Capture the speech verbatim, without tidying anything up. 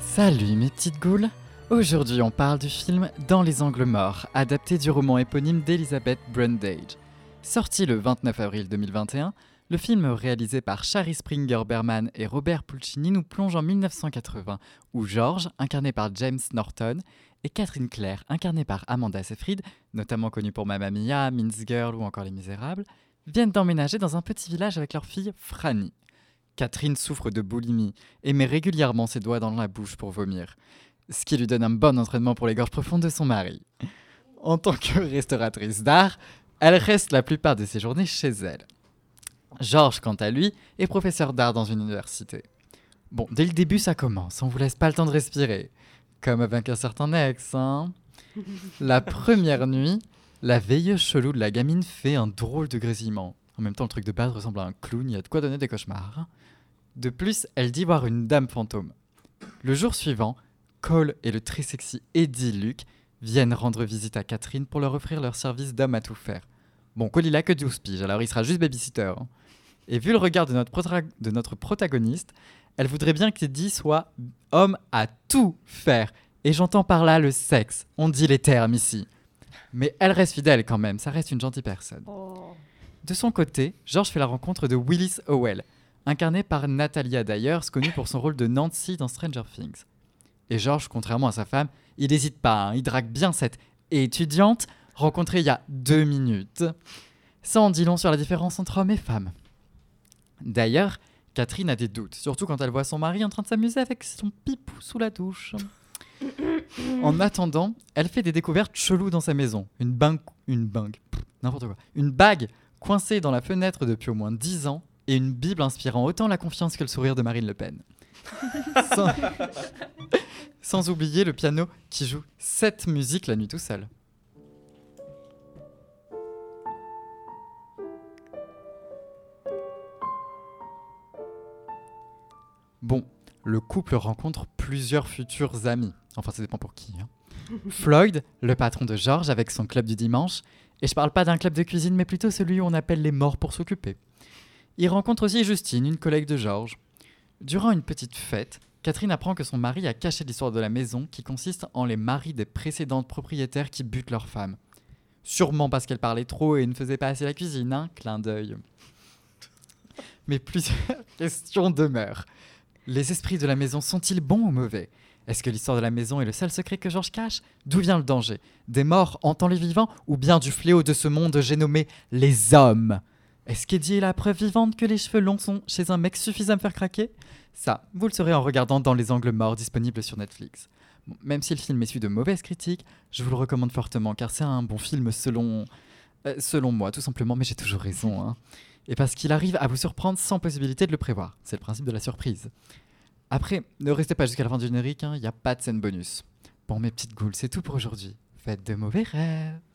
Salut mes petites goules. Aujourd'hui on parle du film Dans les angles morts, adapté du roman éponyme d'Elizabeth Brundage. Sorti le vingt-neuf avril deux mille vingt et un, le film réalisé par Shari Springer Berman et Robert Pulcini nous plonge en mille neuf cent quatre-vingts, où George, incarné par James Norton, et Catherine Clare, incarnée par Amanda Seyfried, notamment connue pour Mamma Mia, Mean Girls ou encore Les Misérables, viennent d'emménager dans un petit village avec leur fille Franny. Catherine souffre de boulimie et met régulièrement ses doigts dans la bouche pour vomir, ce qui lui donne un bon entraînement pour les gorges profondes de son mari. En tant que restauratrice d'art, elle reste la plupart de ses journées chez elle. Georges, quant à lui, est professeur d'art dans une université. Bon, dès le début, ça commence, on vous laisse pas le temps de respirer. Comme avec un certain ex, hein. La première nuit, la veilleuse chelou de la gamine fait un drôle de grésillement. En même temps, le truc de base ressemble à un clown, il y a de quoi donner des cauchemars. De plus, elle dit voir une dame fantôme. Le jour suivant, Cole et le très sexy Eddie Luke viennent rendre visite à Catherine pour leur offrir leur service d'homme à tout faire. Bon, Cole il a que douze piges, alors il sera juste babysitter. Hein. Et vu le regard de notre, protra- de notre protagoniste, elle voudrait bien qu'Eddie soit homme à tout faire. Et j'entends par là le sexe, on dit les termes ici. Mais elle reste fidèle quand même, ça reste une gentille personne. Oh. De son côté, George fait la rencontre de Willis Howell, incarnée par Natalia Dyers, connue pour son rôle de Nancy dans Stranger Things. Et George, contrairement à sa femme, il n'hésite pas, hein, il drague bien cette étudiante rencontrée il y a deux minutes. Ça en dit long sur la différence entre hommes et femmes. D'ailleurs, Catherine a des doutes, surtout quand elle voit son mari en train de s'amuser avec son pipou sous la douche. En attendant, elle fait des découvertes cheloues dans sa maison. Une bague, une bague, pff, n'importe quoi. Une bague coincée dans la fenêtre depuis au moins dix ans et une Bible inspirant autant la confiance que le sourire de Marine Le Pen. Sans... Sans oublier le piano qui joue cette musique la nuit tout seul. Bon, le couple rencontre plusieurs futurs amis. Enfin, ça dépend pour qui. Hein. Floyd, le patron de George avec son club du dimanche. Et je parle pas d'un club de cuisine, mais plutôt celui où on appelle les morts pour s'occuper. Il rencontre aussi Justine, une collègue de George. Durant une petite fête, Catherine apprend que son mari a caché l'histoire de la maison qui consiste en les maris des précédentes propriétaires qui butent leurs femmes. Sûrement parce qu'elle parlait trop et ne faisait pas assez la cuisine, hein, clin d'œil. Mais plusieurs questions demeurent. Les esprits de la maison sont-ils bons ou mauvais ? Est-ce que l'histoire de la maison est le seul secret que George cache ? D'où vient le danger ? Des morts hantant les vivants ou bien du fléau de ce monde j'ai nommé les hommes ? Est-ce qu'Eddie est la preuve vivante que les cheveux longs sont chez un mec suffisant à me faire craquer ? Ça, vous le saurez en regardant Dans les angles morts, disponible sur Netflix. Bon, même si le film essuie de mauvaises critiques, je vous le recommande fortement car c'est un bon film selon, euh, selon moi, tout simplement, mais j'ai toujours raison. Hein. Et parce qu'il arrive à vous surprendre sans possibilité de le prévoir. C'est le principe de la surprise. Après, ne restez pas jusqu'à la fin du générique, il hein, n'y a pas de scène bonus. Bon, mes petites goules, c'est tout pour aujourd'hui. Faites de mauvais rêves.